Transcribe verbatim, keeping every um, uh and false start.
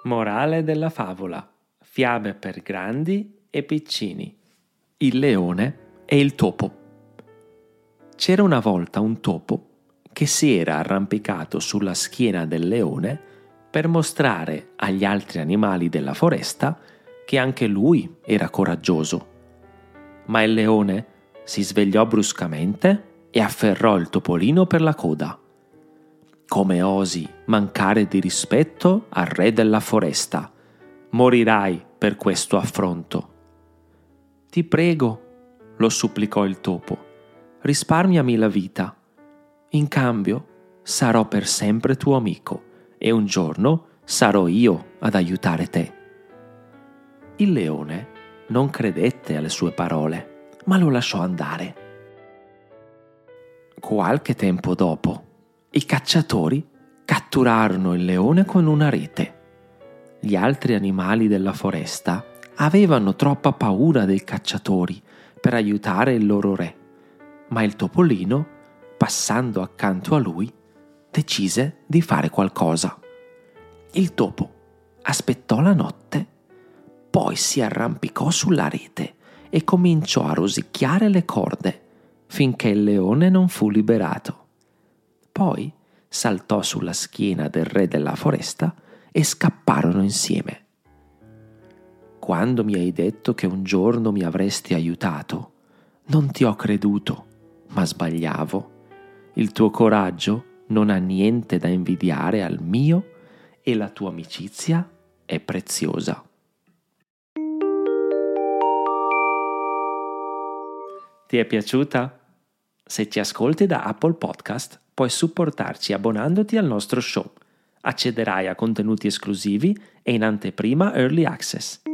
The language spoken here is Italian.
Morale della favola: fiabe per grandi e piccini. Il leone e il topo. C'era una volta un topo che si era arrampicato sulla schiena del leone per mostrare agli altri animali della foresta che anche lui era coraggioso. Ma il leone si svegliò bruscamente e afferrò il topolino per la coda. «Come osi mancare di rispetto al re della foresta? Morirai per questo affronto!» «Ti prego», lo supplicò il topo, «risparmiami la vita. In cambio sarò per sempre tuo amico e un giorno sarò io ad aiutare te». Il leone non credette alle sue parole, ma lo lasciò andare. Qualche tempo dopo, i cacciatori catturarono il leone con una rete. Gli altri animali della foresta avevano troppa paura dei cacciatori per aiutare il loro re, ma il topolino, passando accanto a lui, decise di fare qualcosa. Il topo aspettò la notte, poi si arrampicò sulla rete e cominciò a rosicchiare le corde finché il leone non fu liberato. Poi saltò sulla schiena del re della foresta e scapparono insieme. «Quando mi hai detto che un giorno mi avresti aiutato, non ti ho creduto, ma sbagliavo. Il tuo coraggio non ha niente da invidiare al mio e la tua amicizia è preziosa». Ti è piaciuta? Se ci ascolti da Apple Podcast, puoi supportarci abbonandoti al nostro show. Accederai a contenuti esclusivi e in anteprima Early Access.